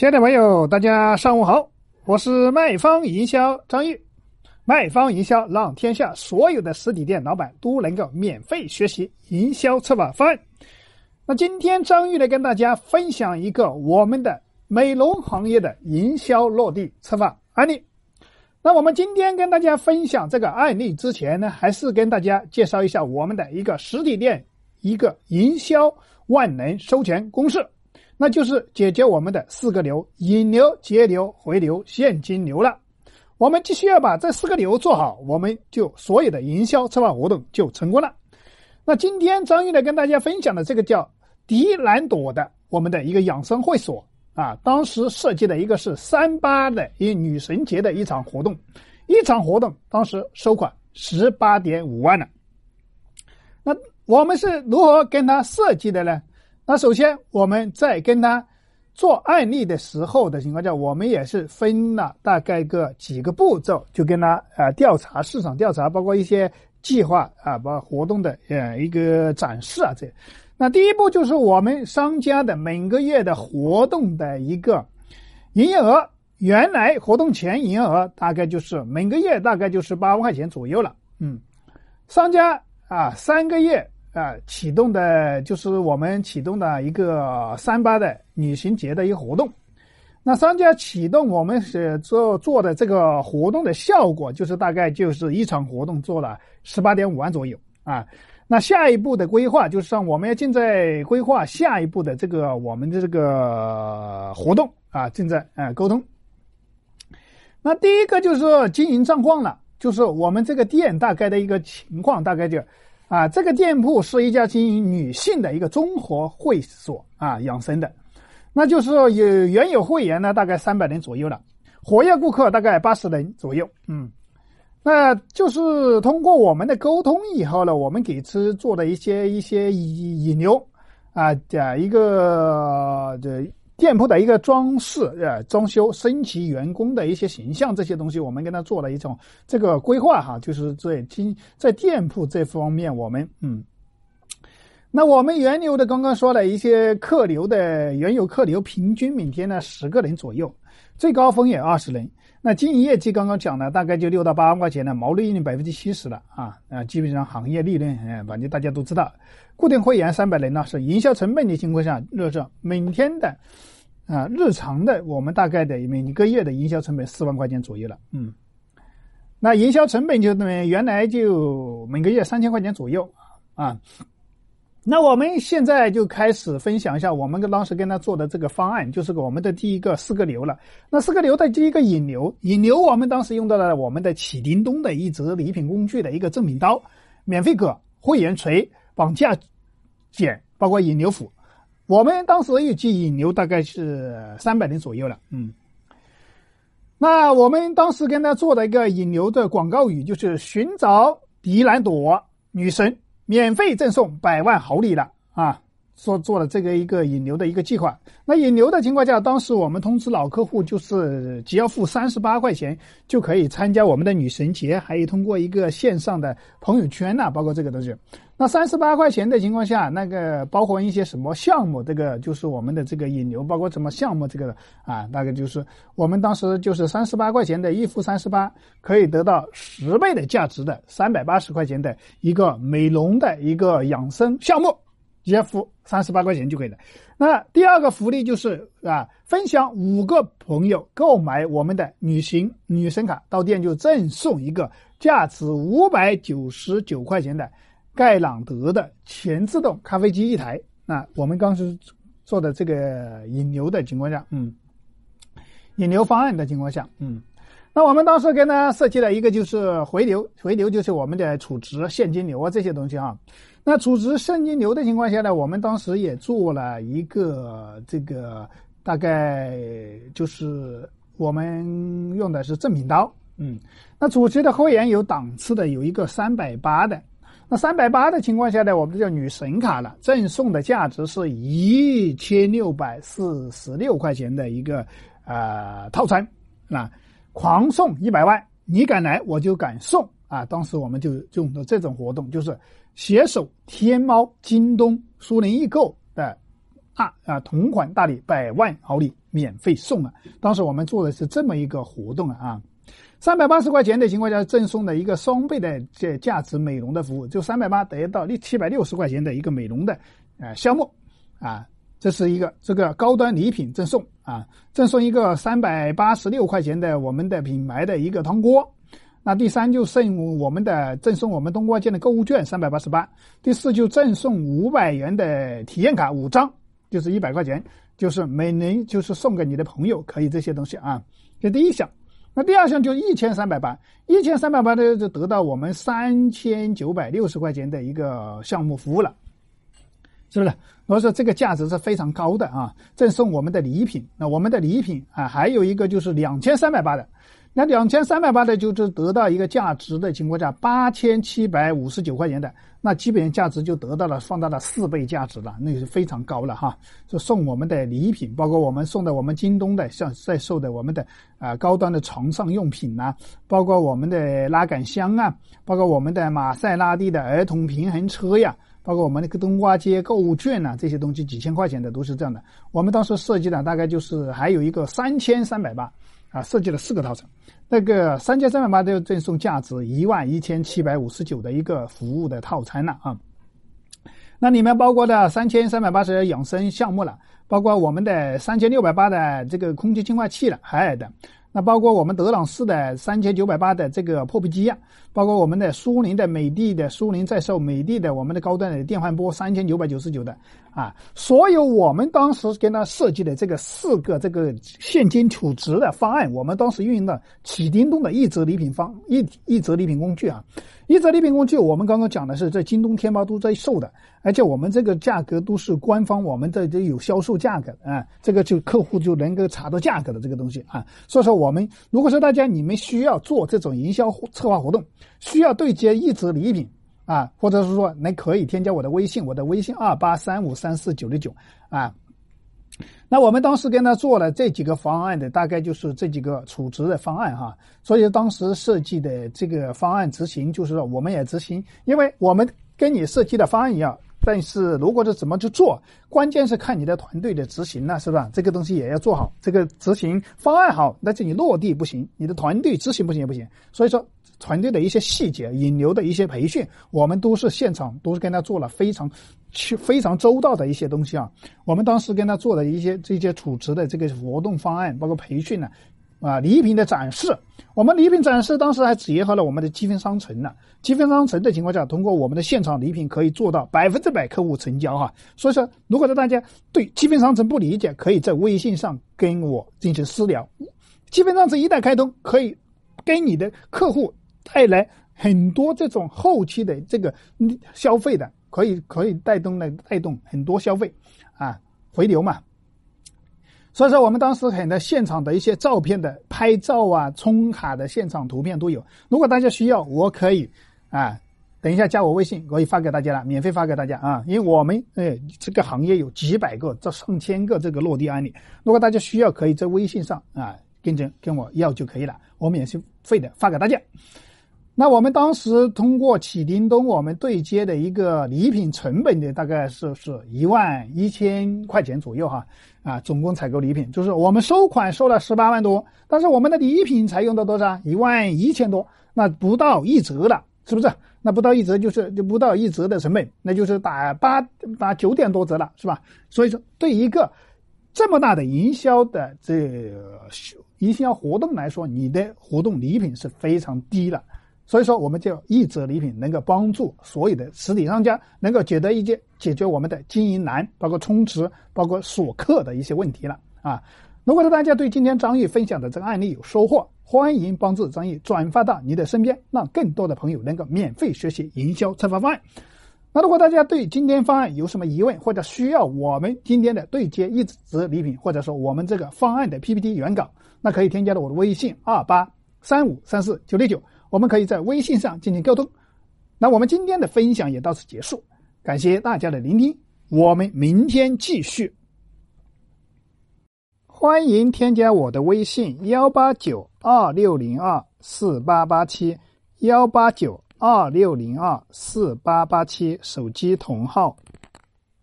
亲爱的朋友，大家上午好，我是卖方营销张玉。卖方营销让天下所有的实体店老板都能够免费学习营销策划方案。那今天张玉来跟大家分享一个我们的美容行业的营销落地策划案例。那我们今天跟大家分享这个案例之前呢，还是跟大家介绍一下我们的一个实体店一个营销万能收钱公式，那就是解决我们的4个流：引流、节流、回流、现金流了。我们只需要把这4个流做好，我们就所有的营销策划活动就成功了。那今天张玉来跟大家分享的这个叫迪兰朵的我们的一个养生会所啊，当时设计的一个是38的一女神节的一场活动，当时收款18.5万了。那我们是如何跟他设计的呢？那首先我们在跟他做案例的时候的情况下，我们也是分了大概几个步骤，就跟他调查市场调查，包括一些计划啊，包括活动的一个展示啊，这。那第一步就是我们商家的每个月的活动的一个营业额，原来活动前营业额大概就是每个月大概就是8万块钱左右了。商家3个月启动的就是我们启动的一个38的女神节的一个活动。那商家启动我们是做的这个活动的效果，就是大概就是一场活动做了18.5万左右啊。那下一步的规划就是像我们要正在规划下一步的这个我们的这个活动啊，正在沟通。那第一个就是经营状况了，就是我们这个店大概的一个情况，大概就这个店铺是一家经营女性的一个综合会所养生的，那就是原有会员呢大概300人左右了，活跃顾客大概80人左右。那就是通过我们的沟通以后呢，我们给之做的一些引流一个店铺的一个装饰装修升级员工的一些形象，这些东西我们跟他做了一种这个规划就是在店铺这方面我们那我们原有的刚刚说了一些客流的原有客流平均每天呢10个人左右，最高峰也20人。那经营业绩刚刚讲了，大概就6到8万块钱的毛利润70%了基本上行业利润反正大家都知道。固定会员300人呢是营销成本的情况下，就是每天的日常的我们大概的每个月的营销成本4万块钱左右了。那营销成本就原来就每个月3000块钱左右那我们现在就开始分享一下我们当时跟他做的这个方案，就是我们的第一个4个流了。那4个流的第一个引流我们当时用到了我们的启叮咚的一则礼品工具的一个赠品刀、免费葛、会员锤、绑架剪，包括引流符。我们当时预计引流大概是300人左右了。那我们当时跟他做的一个引流的广告语就是寻找迪兰朵女神，免费赠送100万好礼了做了这个一个引流的一个计划。那引流的情况下，当时我们通知老客户，就是只要付38块钱就可以参加我们的女神节，还有通过一个线上的朋友圈包括这个东西。那38块钱的情况下，那个包括一些什么项目，这个就是我们的这个引流，包括什么项目这个大概就是我们当时就是38块钱的一付38，可以得到10倍的价值的380块钱的一个美容的一个养生项目，直接付38块钱就可以了。那第二个福利就是分享5个朋友购买我们的女神卡，到店就赠送一个价值599块钱的盖朗德的全自动咖啡机1台。那我们刚才做的这个引流的情况下引流方案的情况下那我们当时跟他设计了一个就是回流就是我们的储值现金流这些东西那储值现金流的情况下呢，我们当时也做了一个这个大概就是我们用的是赠品刀那储值的会员有档次的，有一个380的。那380的情况下呢，我们就叫女神卡了，赠送的价值是1646块钱的一个套餐狂送100万，你敢来我就敢送当时我们就用的这种活动，就是携手天猫、京东、苏宁易购的同款大礼100万好礼免费送啊！当时我们做的是这么一个活动啊，380块钱的情况下赠送的一个双倍的价值美容的服务，就380得到760块钱的一个美容的项目啊。这是一个这个高端礼品赠送啊，赠送一个386块钱的我们的品牌的一个汤锅。那第三就赠送我们东瓜健的购物券388，第四就赠送500元的体验卡5张，就是100块钱，就是每人就是送给你的朋友，可以这些东西啊。这第一项。那第二项就1380的就得到我们3960块钱的一个项目服务了。是不是？所以说这个价值是非常高的啊！赠送我们的礼品，那我们的礼品啊，还有一个就是2380的，那2380的就是得到一个价值的情况下8759块钱的，那基本价值就得到了放大了4倍价值了，那个是非常高了哈！就送我们的礼品，包括我们送的我们京东的像在售的我们的高端的床上用品啊，包括我们的拉杆箱啊，包括我们的玛莎拉蒂的儿童平衡车呀。包括我们那个冬瓜街购物券啊，这些东西几千块钱的都是这样的。我们当时设计的大概就是还有一个3380啊，设计了4个套餐。那个3380就赠送价值11759的一个服务的套餐了啊。那里面包括的3380养生项目了，包括我们的3680的这个空气净化器了，海尔的。那包括我们德朗仕的3980的这个破壁机啊，包括我们的苏宁的美的的苏宁在售美的的我们的高端的电饭锅3999的啊，所有我们当时跟他设计的这个4个这个现金储值的方案，我们当时运用的启叮咚的一折礼品工具啊，一折礼品工具我们刚刚讲的是在京东天猫都在售的，而且我们这个价格都是官方我们这有销售价格啊，这个就客户就能够查到价格的这个东西啊，所以说我们如果说你们需要做这种营销策划活动，需要对接一折礼品啊，或者是说你可以添加我的微信28353499啊。那我们当时跟他做了这几个方案的，大概就是这几个储值的方案哈。所以当时设计的这个方案执行，就是说我们也执行，因为我们跟你设计的方案一样。但是如果是怎么去做，关键是看你的团队的执行了，是吧？这个东西也要做好，这个执行方案好，但是你落地不行，你的团队执行不行也不行。所以说团队的一些细节、引流的一些培训，我们都是现场都是跟他做了非常周到的一些东西啊。我们当时跟他做的这些储值的这个活动方案，包括培训呢。礼品的展示，我们礼品展示当时还结合了我们的积分商城呢。积分商城的情况下，通过我们的现场礼品可以做到100%客户成交哈。所以说，如果说大家对积分商城不理解，可以在微信上跟我进行私聊。积分商城一旦开通，可以给你的客户带来很多这种后期的这个消费的，可以带动很多消费啊，回流嘛。所以说我们当时很多现场的一些照片的拍照啊，充卡的现场图片都有，如果大家需要，我可以等一下加我微信，可以发给大家了，免费发给大家啊，因为我们这个行业有几百个这上千个这个落地案例，如果大家需要，可以在微信上跟我要就可以了，我免费的发给大家。那我们当时通过启叮咚我们对接的一个礼品成本的大概是11000块钱左右哈总共采购礼品，就是我们收款收了18万多，但是我们的礼品才用到多少？11000多，那不到1折了，是不是？那不到1折就不到1折的成本，那就是打9点多折了，是吧？所以说对一个这么大的营销的营销活动来说，你的活动礼品是非常低了。所以说我们就1折礼品能够帮助所有的实体商家能够解决我们的经营难，包括充值，包括锁客的一些问题了啊。如果大家对今天张毅分享的这个案例有收获，欢迎帮助张毅转发到你的身边，让更多的朋友能够免费学习营销策划方案。那如果大家对今天方案有什么疑问，或者需要我们今天的对接1折礼品，或者说我们这个方案的 PPT 原稿，那可以添加到我的微信28353499，我们可以在微信上进行沟通。那我们今天的分享也到此结束，感谢大家的聆听，我们明天继续。欢迎添加我的微信18926024887 18926024887，手机同号